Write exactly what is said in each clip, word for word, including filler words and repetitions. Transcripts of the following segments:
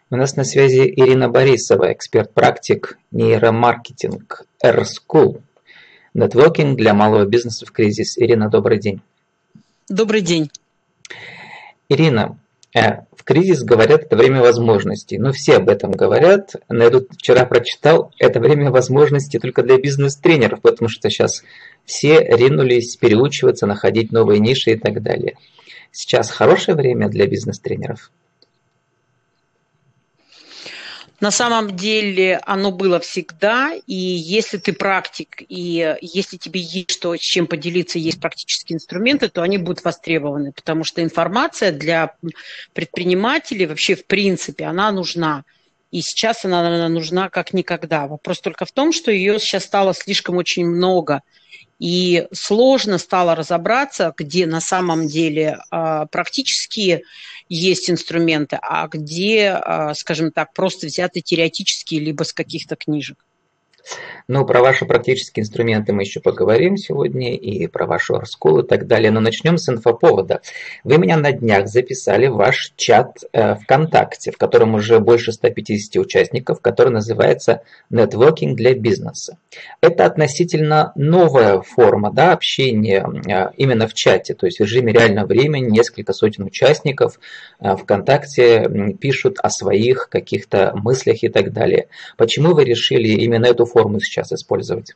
У нас на связи Ирина Борисова, эксперт-практик нейромаркетинг R-School. Нетворкинг для малого бизнеса в кризис. Ирина, добрый день. Добрый день. Ирина, в кризис, говорят, это время возможностей. Ну, все об этом говорят. Но я тут вчера прочитал, это время возможностей только для бизнес-тренеров, потому что сейчас все ринулись переучиваться, находить новые ниши и так далее. Сейчас хорошее время для бизнес-тренеров? На самом деле оно было всегда, и если ты практик, и если тебе есть что, с чем поделиться, есть практические инструменты, то они будут востребованы, потому что информация для предпринимателей вообще в принципе, она нужна. И сейчас она, она нужна как никогда. Вопрос только в том, что ее сейчас стало слишком очень много. И сложно стало разобраться, где на самом деле а, практические есть инструменты, а где, а, скажем так, просто взяты теоретические, либо с каких-то книжек. Ну, про ваши практические инструменты мы еще поговорим сегодня, и про вашу R-School и так далее. Но начнем с инфоповода. Вы меня на днях записали в ваш чат э, ВКонтакте, в котором уже больше ста пятидесяти участников, который называется «Нетворкинг для бизнеса». Это относительно новая форма, да, общения э, именно в чате, то есть в режиме реального времени несколько сотен участников э, ВКонтакте пишут о своих каких-то мыслях и так далее. Почему вы решили именно эту форму сейчас использовать?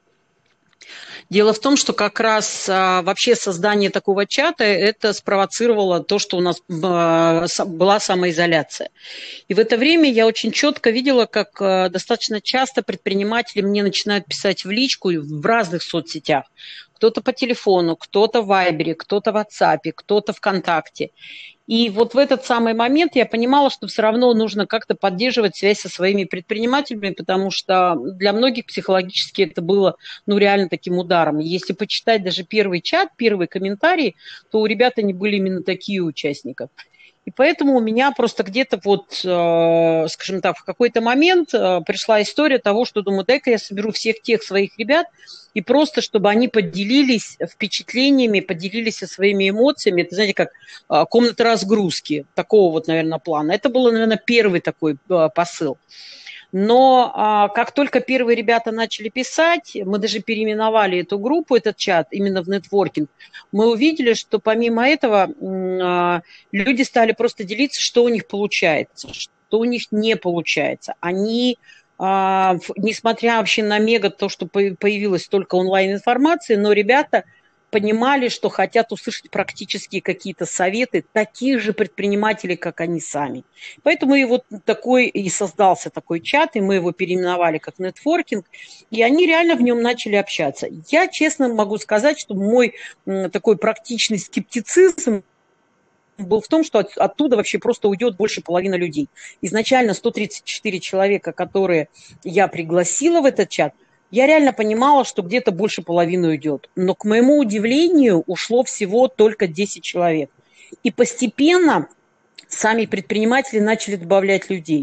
Дело в том, что как раз а, вообще создание такого чата это спровоцировало то, что у нас а, была самоизоляция. И в это время я очень четко видела, как а, достаточно часто предприниматели мне начинают писать в личку в разных соцсетях. Кто-то по телефону, кто-то в Вайбере, кто-то в WhatsApp, кто-то ВКонтакте. И вот в этот самый момент я понимала, что все равно нужно как-то поддерживать связь со своими предпринимателями, потому что для многих психологически это было, ну, реально таким ударом. Если почитать даже первый чат, первые комментарии, то у ребят они были именно такие участников. И поэтому у меня просто где-то вот, э, скажем так, в какой-то момент э, пришла история того, что думаю, дай-ка я соберу всех тех своих ребят, и просто, чтобы они поделились впечатлениями, поделились своими эмоциями. Это, знаете, как э, комната разгрузки, такого вот, наверное, плана. Это был, наверное, первый такой э, посыл. Но а, как только первые ребята начали писать, мы даже переименовали эту группу, этот чат, именно в нетворкинг, мы увидели, что помимо этого а, люди стали просто делиться, что у них получается, что у них не получается. Они, а, несмотря вообще на мега то, что появилась только онлайн-информация, но ребята понимали, что хотят услышать практические какие-то советы таких же предпринимателей, как они сами. Поэтому и вот такой и создался такой чат, и мы его переименовали как нетворкинг, и они реально в нем начали общаться. Я честно могу сказать, что мой такой практичный скептицизм был в том, что от, оттуда вообще просто уйдет больше половины людей. Изначально сто тридцать четыре человека, которые я пригласила в этот чат, я реально понимала, что где-то больше половины уйдет. Но, к моему удивлению, ушло всего только десять человек. И постепенно сами предприниматели начали добавлять людей.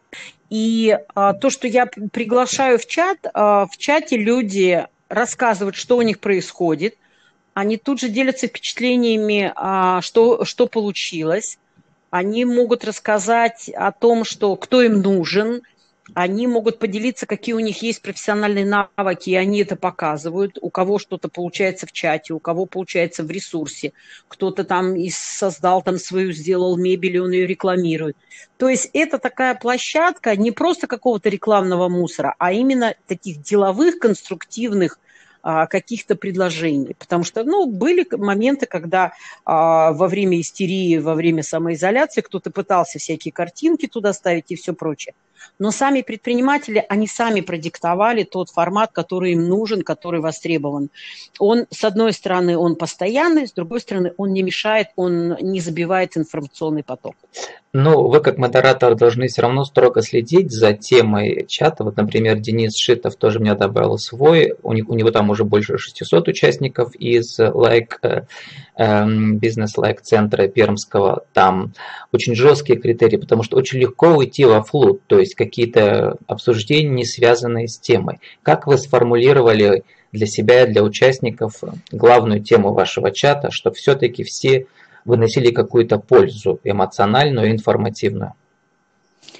И а, то, что я приглашаю в чат, а, в чате люди рассказывают, что у них происходит. Они тут же делятся впечатлениями, а, что, что получилось. Они могут рассказать о том, что, кто им нужен. Они могут поделиться, какие у них есть профессиональные навыки, и они это показывают. У кого что-то получается в чате, у кого получается в ресурсе. Кто-то там и создал там свою, сделал мебель, и он ее рекламирует. То есть это такая площадка не просто какого-то рекламного мусора, а именно таких деловых, конструктивных каких-то предложений. Потому что, ну, были моменты, когда а, во время истерии, во время самоизоляции кто-то пытался всякие картинки туда ставить и все прочее. Но сами предприниматели, они сами продиктовали тот формат, который им нужен, который востребован. Он, с одной стороны, он постоянный, с другой стороны, он не мешает, он не забивает информационный поток. Ну, вы как модератор должны все равно строго следить за темой чата. Вот, например, Денис Шитов тоже меня добавил свой. У, них, у него там уже больше шестисот участников из like, бизнес-лайк центра Пермского. Там очень жесткие критерии, потому что очень легко уйти во флут, то есть какие-то обсуждения, не связанные с темой. Как вы сформулировали для себя и для участников главную тему вашего чата, чтобы все-таки все выносили какую-то пользу эмоциональную и информативную?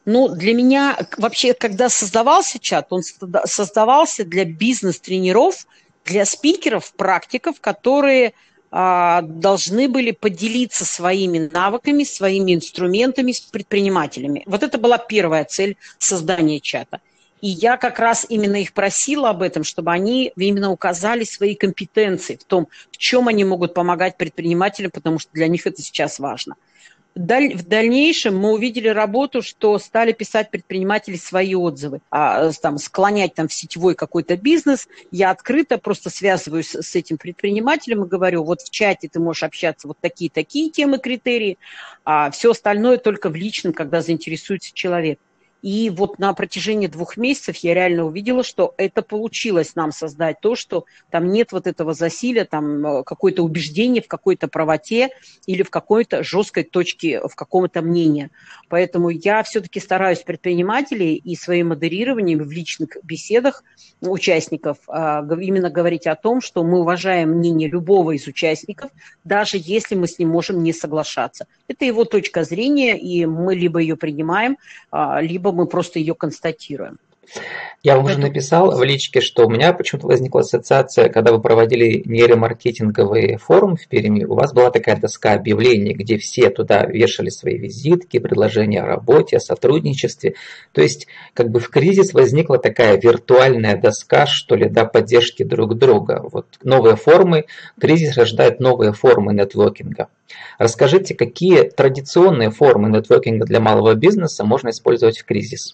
Ну, для меня вообще, когда создавался чат, он создавался для бизнес-тренеров, для спикеров, практиков, которые а, должны были поделиться своими навыками, своими инструментами с предпринимателями. Вот это была первая цель создания чата. И я как раз именно их просила об этом, чтобы они именно указали свои компетенции в том, в чем они могут помогать предпринимателям, потому что для них это сейчас важно. В дальнейшем мы увидели работу, что стали писать предприниматели свои отзывы, а, там, склонять там, в сетевой какой-то бизнес. Я открыто просто связываюсь с этим предпринимателем и говорю, вот в чате ты можешь общаться вот такие-такие темы, критерии, а все остальное только в личном, когда заинтересуется человек. И вот на протяжении двух месяцев я реально увидела, что это получилось нам создать то, что там нет вот этого засилия, там какое-то убеждение в какой-то правоте или в какой-то жесткой точке, в каком-то мнении. Поэтому я все-таки стараюсь предпринимателей и своим модерированием в личных беседах участников именно говорить о том, что мы уважаем мнение любого из участников, даже если мы с ним можем не соглашаться. Это его точка зрения, и мы либо ее принимаем, либо мы просто ее констатируем. Я вам уже написал в личке, что у меня почему-то возникла ассоциация, когда вы проводили нейромаркетинговый форум в Перми, у вас была такая доска объявлений, где все туда вешали свои визитки, предложения о работе, о сотрудничестве. То есть как бы в кризис возникла такая виртуальная доска, что ли, да, поддержки друг друга. Вот новые формы, кризис рождает новые формы нетворкинга. Расскажите, какие традиционные формы нетворкинга для малого бизнеса можно использовать в кризис?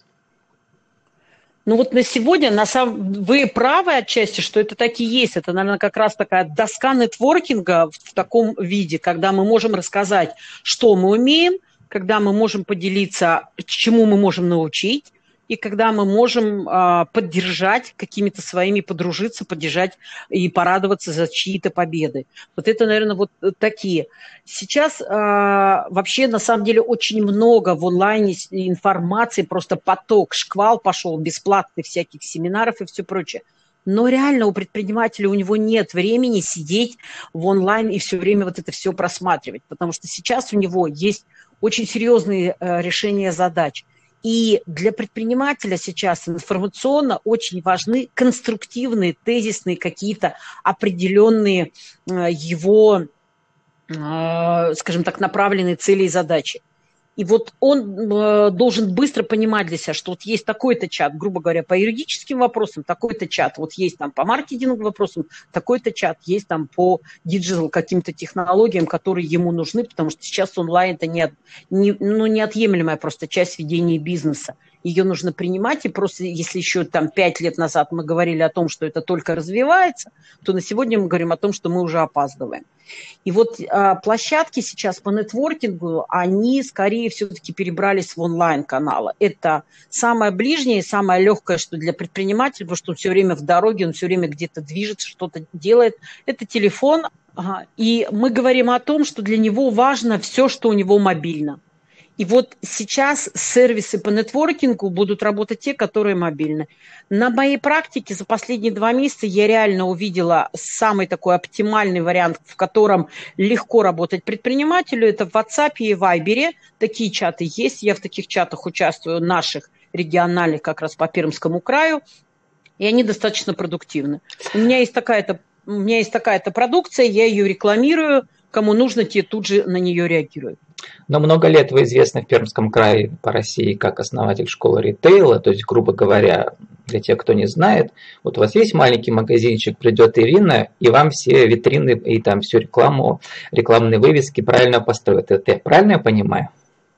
Ну вот на сегодня, на самом... вы правы отчасти, что это так и есть. Это, наверное, как раз такая доска нетворкинга в таком виде, когда мы можем рассказать, что мы умеем, когда мы можем поделиться, чему мы можем научить, и когда мы можем а, поддержать какими-то своими, подружиться, поддержать и порадоваться за чьи-то победы. Вот это, наверное, вот такие. Сейчас а, вообще, на самом деле, очень много в онлайне информации, просто поток, шквал пошел, бесплатных всяких семинаров и все прочее. Но реально у предпринимателя, у него нет времени сидеть в онлайн и все время вот это все просматривать, потому что сейчас у него есть очень серьезные а, решения задач. И для предпринимателя сейчас информационно очень важны конструктивные, тезисные какие-то определенные его, скажем так, направленные цели и задачи. И вот он должен быстро понимать для себя, что вот есть такой-то чат, грубо говоря, по юридическим вопросам, такой-то чат, вот есть там по маркетинговым вопросам, такой-то чат, есть там по диджитал каким-то технологиям, которые ему нужны, потому что сейчас онлайн это не, не, ну, неотъемлемая просто часть ведения бизнеса. Ее нужно принимать, и просто если еще там пять лет назад мы говорили о том, что это только развивается, то на сегодня мы говорим о том, что мы уже опаздываем. И вот а, площадки сейчас по нетворкингу, они скорее все-таки перебрались в онлайн-каналы. Это самое ближнее, самое легкое, что для предпринимателя, потому что он все время в дороге, он все время где-то движется, что-то делает. Это телефон. Ага. И мы говорим о том, что для него важно все, что у него мобильно. И вот сейчас сервисы по нетворкингу будут работать те, которые мобильны. На моей практике за последние два месяца я реально увидела самый такой оптимальный вариант, в котором легко работать предпринимателю. Это в WhatsApp и Viber. Такие чаты есть. Я в таких чатах участвую, наших региональных, как раз по Пермскому краю. И они достаточно продуктивны. У меня есть такая-то, у меня есть такая-то продукция, я ее рекламирую. Кому нужно, те тут же на нее реагируют. Но много лет вы известны в Пермском крае по России как основатель школы ритейла, то есть, грубо говоря, для тех, кто не знает, вот у вас есть маленький магазинчик, придет Ирина, и вам все витрины и там всю рекламу, рекламные вывески правильно построят. Это правильно я понимаю?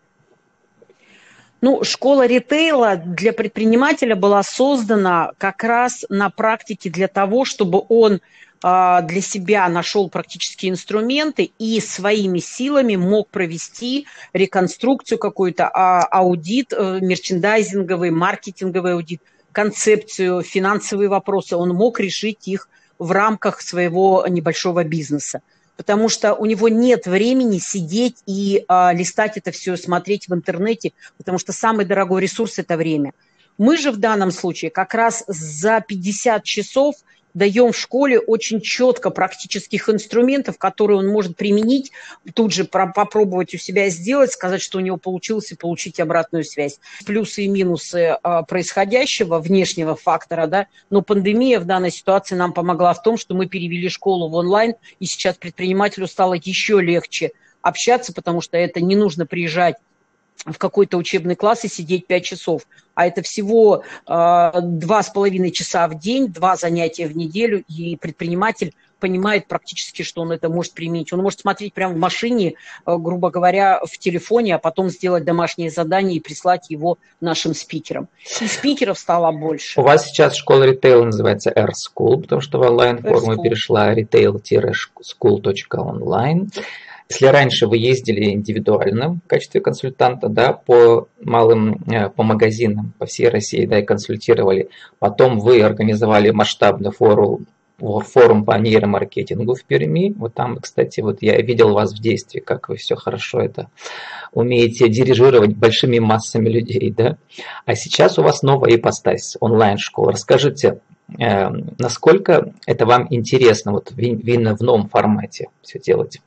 Ну, школа ритейла для предпринимателя была создана как раз на практике для того, чтобы он для себя нашел практические инструменты и своими силами мог провести реконструкцию какую-то, аудит, мерчендайзинговый, маркетинговый аудит, концепцию, финансовые вопросы. Он мог решить их в рамках своего небольшого бизнеса. Потому что у него нет времени сидеть и а, листать это все, смотреть в интернете, потому что самый дорогой ресурс – это время. Мы же в данном случае как раз за пятьдесят часов даем в школе очень четко практических инструментов, которые он может применить, тут же попробовать у себя сделать, сказать, что у него получилось, и получить обратную связь. Плюсы и минусы происходящего, внешнего фактора, да, но пандемия в данной ситуации нам помогла в том, что мы перевели школу в онлайн, и сейчас предпринимателю стало еще легче общаться, потому что это не нужно приезжать в какой-то учебный класс и сидеть пять часов, а это всего два с половиной часа в день, два занятия в неделю, и предприниматель понимает практически, что он это может применить. Он может смотреть прямо в машине, грубо говоря, в телефоне, а потом сделать домашнее задание и прислать его нашим спикерам. И спикеров стало больше. У вас сейчас школа ритейла называется R-School, потому что в онлайн-форму перешла retail-school точка онлайн. Если раньше вы ездили индивидуально в качестве консультанта, да, по малым, по магазинам по всей России, да, и консультировали, потом вы организовали масштабный форум, форум по нейромаркетингу в Перми. Вот там, кстати, вот я видел вас в действии, как вы все хорошо это умеете дирижировать большими массами людей, да. А сейчас у вас новая ипостась, онлайн-школа. Расскажите, э, насколько это вам интересно вот именно в новом формате все делать?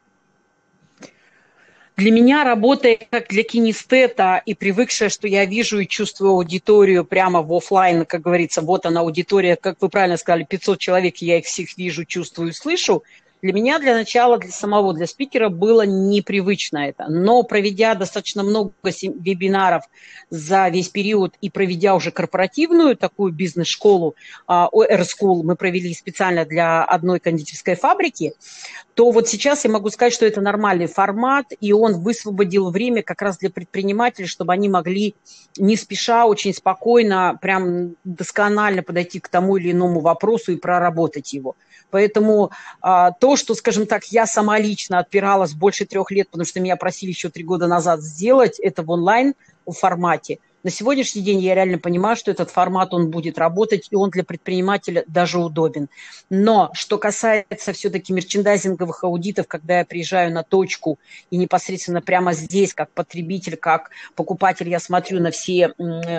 Для меня, работая как для кинестета и привыкшая, что я вижу и чувствую аудиторию прямо в офлайн, как говорится, вот она аудитория, как вы правильно сказали, пятьсот человек, я их всех вижу, чувствую, слышу. Для меня, для начала, для самого, для спикера было непривычно это. Но проведя достаточно много вебинаров за весь период и проведя уже корпоративную такую бизнес-школу, R-School, мы провели специально для одной кондитерской фабрики, то вот сейчас я могу сказать, что это нормальный формат, и он высвободил время как раз для предпринимателей, чтобы они могли не спеша, очень спокойно, прям досконально подойти к тому или иному вопросу и проработать его. Поэтому а, то, что, скажем так, я сама лично отпиралась больше трех лет, потому что меня просили еще три года назад сделать это в онлайн формате, на сегодняшний день я реально понимаю, что этот формат, он будет работать, и он для предпринимателя даже удобен. Но что касается все-таки мерчендайзинговых аудитов, когда я приезжаю на точку и непосредственно прямо здесь, как потребитель, как покупатель, я смотрю на все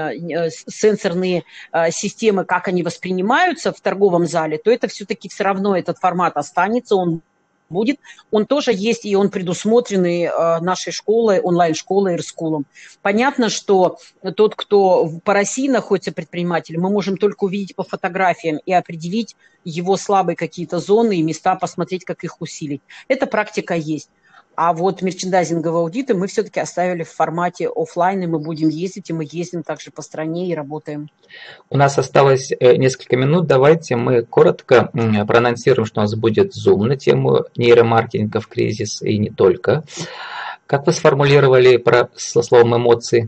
сенсорные системы, как они воспринимаются в торговом зале, то это все-таки все равно этот формат останется, он будет. Он тоже есть, и он предусмотренный э, нашей школой, онлайн-школой R-School. Понятно, что тот, кто по России находится предпринимателем, мы можем только увидеть по фотографиям и определить его слабые какие-то зоны и места, посмотреть, как их усилить. Эта практика есть. А вот мерчендайзинговые аудиты мы все-таки оставили в формате офлайн, и мы будем ездить, и мы ездим также по стране и работаем. У нас осталось несколько минут. Давайте мы коротко проанонсируем, что у нас будет Zoom на тему нейромаркетинга в кризис и не только. Как вы сформулировали про, со словом эмоции?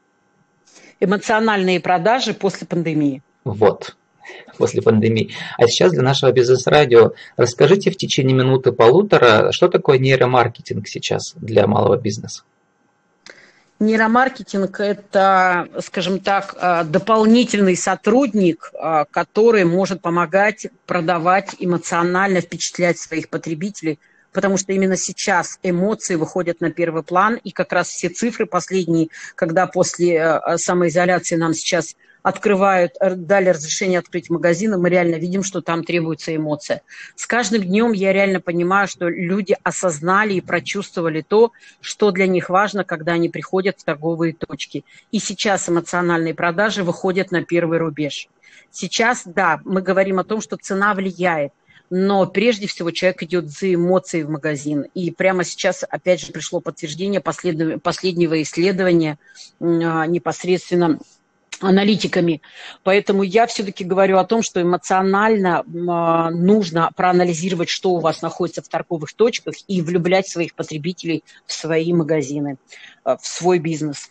Эмоциональные продажи после пандемии. Вот. После пандемии. А сейчас для нашего бизнес-радио расскажите в течение минуты-полутора, что такое нейромаркетинг сейчас для малого бизнеса? Нейромаркетинг – это, скажем так, дополнительный сотрудник, который может помогать продавать, эмоционально впечатлять своих потребителей, потому что именно сейчас эмоции выходят на первый план, и как раз все цифры последние, когда после самоизоляции нам сейчас открывают, дали разрешение открыть магазины, мы реально видим, что там требуется эмоция. С каждым днем я реально понимаю, что люди осознали и прочувствовали то, что для них важно, когда они приходят в торговые точки. И сейчас эмоциональные продажи выходят на первый рубеж. Сейчас, да, мы говорим о том, что цена влияет, но прежде всего человек идет за эмоцией в магазин. И прямо сейчас, опять же, пришло подтверждение последнего, последнего исследования непосредственно аналитиками. Поэтому я все-таки говорю о том, что эмоционально э, нужно проанализировать, что у вас находится в торговых точках, и влюблять своих потребителей в свои магазины, э, в свой бизнес.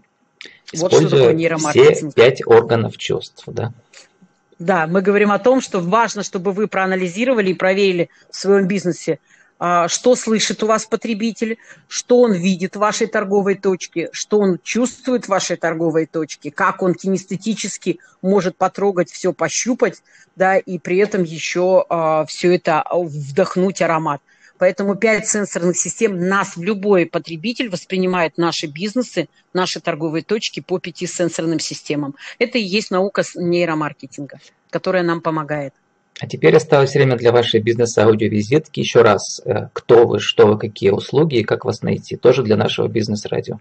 Вот что такое нейромаркетинг. Все пять органов чувств, да? Да, мы говорим о том, что важно, чтобы вы проанализировали и проверили в своем бизнесе, что слышит у вас потребитель, что он видит в вашей торговой точке, что он чувствует в вашей торговой точке, как он кинестетически может потрогать, все пощупать, да, и при этом еще а, все это вдохнуть аромат. Поэтому пять сенсорных систем, нас любой потребитель воспринимает наши бизнесы, наши торговые точки по пяти сенсорным системам. Это и есть наука нейромаркетинга, которая нам помогает. А теперь осталось время для вашей бизнес-аудиовизитки. Еще раз, кто вы, что вы, какие услуги и как вас найти. Тоже для нашего бизнес-радио.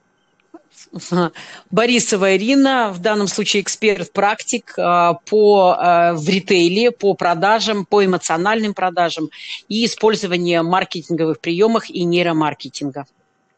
Борисова Ирина, в данном случае эксперт-практик по, в ритейле, по продажам, по эмоциональным продажам и использованию маркетинговых приемов и нейромаркетинга.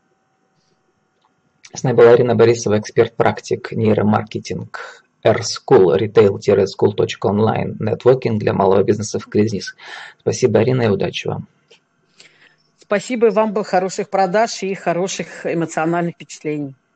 С нами была Ирина Борисова, эксперт-практик нейромаркетинг. R-School, retail-school точка онлайн, нетворкинг для малого бизнеса в кризис. Спасибо, Ирина, и удачи вам. Спасибо, и вам бы хороших продаж и хороших эмоциональных впечатлений.